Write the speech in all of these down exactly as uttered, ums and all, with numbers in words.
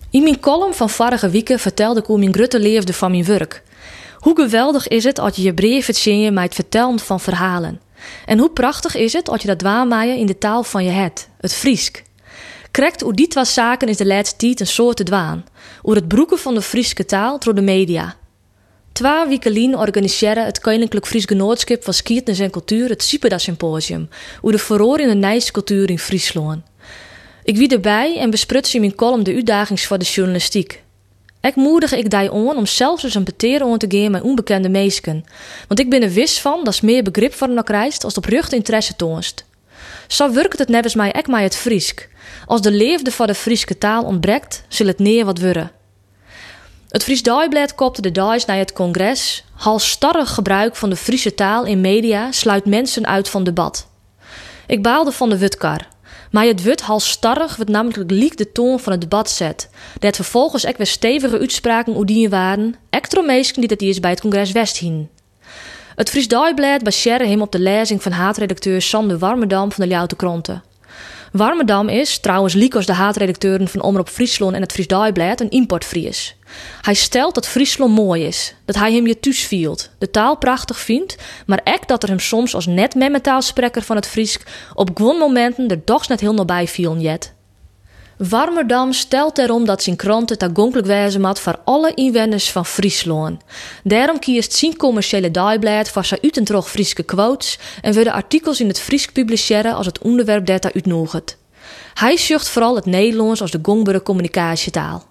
In mijn column van vorige weken vertelde ik hoe mijn grote liefde van mijn werk. Hoe geweldig is het als je je brief verzin met het vertellen van verhalen. En hoe prachtig is het als je dat waarmaaien in de taal van je het, het Friesk. Krekt hoe die twee zaken is de laatste tijd een soort te dwaan. Oer het broeken van de Frieske taal door de media. Twee weken lien organiseren het Koninklijk Fries Genootschap van Skietnis en Cultuur het Sipeda Symposium. Oer de verroor in de Nijse cultuur in Friesland. Ik wie erbij en besprutste in mijn column de uitdagings voor de journalistiek. Ik moedig ik die aan om zelfs eens een peteren aan te gaan met onbekende meesken. Want ik ben er wis van dat is meer begrip voor een krijgt als het oprecht interesse toonst. Zo werkt het nevens mij ek mij het Friesk. Als de leefde van de Frieske taal ontbreekt, zal het neer wat worden. Het Fries Dagblad kopte de dags naar het congres. Halstarrig gebruik van de Friese taal in media sluit mensen uit van debat. Ik baalde van de wutkar. Maar het wut halstarrig wordt namelijk liek de toon van het debat zet. Dat vervolgens ek weer stevige uitspraken oedien waren. Extra meesken die dat eerst bij het congres West hien. Het Fries Dagblad baseerde hem op de lezing van haatredacteur Sander Warmerdam van de Ljouwte Kronte. Warmerdam is, trouwens liek als de haatredacteuren van Omroep Friesland en het Fries Dagblad, een importfries. Hij stelt dat Friesland mooi is, dat hij hem je thuis vielt, de taal prachtig vindt, maar ook dat er hem soms als net met taalspreker van het Friesk op gewoon momenten er toch net heel nabij vielen jet. Warmerdam stelt erom dat zijn krant het aangonkelijk wezen moet voor alle inwoners van Friesland. Daarom kiest zijn commerciële dagblad voor zijn uit en terug Frieske quotes en willen artikels in het Friesk publiceren als het onderwerp dat hij uitnodigt. Hij zucht vooral het Nederlands als de gongbare communicatietaal.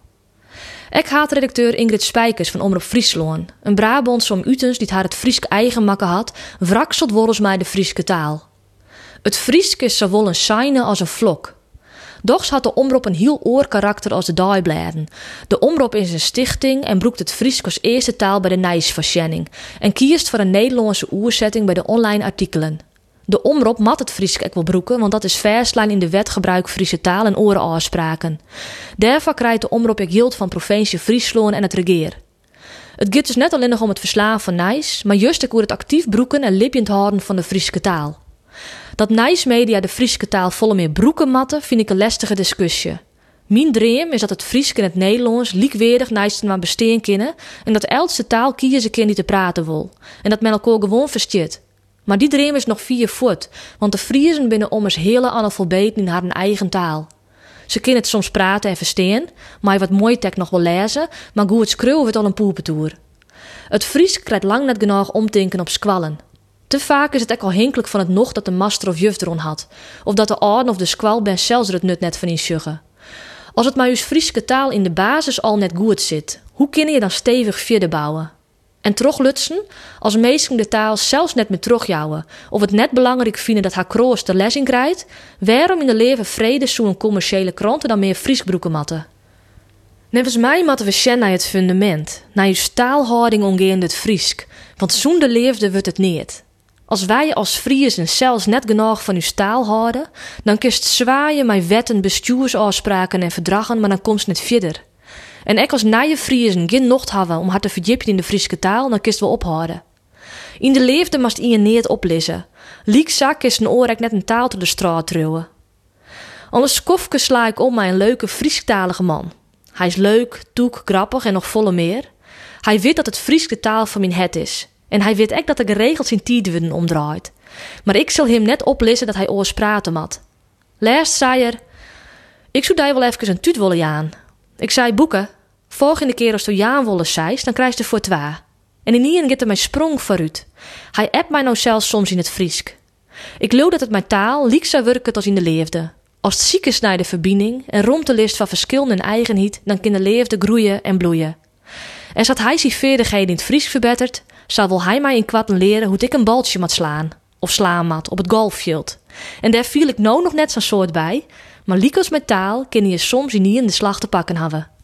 Ik haat redacteur Ingrid Spijkers van Omroep Friesland. Een Brabants om utens die haar het Friesk eigen makken had, wrakselt volgens mij de Frieske taal. Het Friesk is zowel een shine als een vlok. Dochs had de omroep een heel oor karakter als de daaibladen. De omroep is een stichting en broekt het Friesk als eerste taal bij de Nijsverkenning en kiest voor een Nederlandse oerzetting bij de online artikelen. De omroep mat het Friesk ek wel broeken, want dat is verslijn in de wet gebruik Friese taal en orenafspraken. Daarvoor krijgt de omroep ook geld van provincie Friesland en het regeer. Het gaat dus net alleen nog om het verslaan van Nijs, maar juist ook hoe het actief broeken en lipjend houden van de Frieske taal. Dat Nijsmedia de Frieske taal volle meer broeken matten, vind ik een lastige discussie. Mijn droom is dat het Friesk en het Nederlands likwaardig naast maar bestaan kunnen en dat elke taal kiezen kind die te praten wil. En dat men elkaar gewoon versteert. Maar die droom is nog vier voet, want de Friezen binnen ommers hele analfabeten in haar eigen taal. Ze kunnen het soms praten en verstaan, maar wat mooi tek nog wel lezen, maar goed het schreeuwen wordt al een poepetoer. Het Friesk krijgt lang net genoeg omdenken op squallen. Te vaak is het ook al hinkelijk van het nog dat de master of juf eron had, of dat de oude of de squal ben zelfs er het nut net van insjuggen. Als het maar uw Frieske taal in de basis al net goed zit, hoe kun je dan stevig verder bouwen? En teruglutsen, als meesten de taal zelfs net meer terugjouwen, of het net belangrijk vinden dat haar kroos de lezing krijgt, waarom in de leven vrede zo'n commerciële kranten dan meer Friesk broeken matten? Nevens mij matten we sjen naar het fundament, naar uw taalhouding omgeende het Friesk, want zonder leefde wordt het niet. Als wij als Friezen zelfs net genoeg van uw taal houden, dan kist zwaaien met wetten, bestuursafspraken en verdragen, maar dan komt het net verder. En ik als nije Friezen geen nocht hebben om haar te verdiepen in de Frieske taal, dan kist wel ophouden. In de leefde mast je niet oplezen. Liekzak is een oor net een taal te de straat trouwen. Anders skofke sla ik om mij een leuke Friesktalige man. Hij is leuk, toek, grappig en nog volle meer. Hij weet dat het Frieske taal van mijn het is. En hij weet ook dat er geregeld zijn tijden omdraait. Maar ik zal hem net oplezen dat hij oors praten mat. Laatst zei er: ik zou daar wel even een tuut willen jaan. Ik zei: boeken, volgende keer als je jaan willen zeist, dan krijg je voor twee. En in ien gaat er mijn sprong vooruit. Hij appt mij nou zelfs soms in het Friesk. Ik geloof dat het mijn taal liek zou werken als in de leefde. Als het ziek is naar de verbinding en rond de list van verschillen en eigenheid, dan kan de leefde groeien en bloeien. En zat hij zijn vaardigheden in het Friesk verbeterd, zou wel hij mij in kwatten leren hoe ik een baltje moet slaan. Of slaan mat op het golfveld. En daar viel ik nou nog net zo'n soort bij, maar liek als met taal kun je soms in de slag te pakken hebben.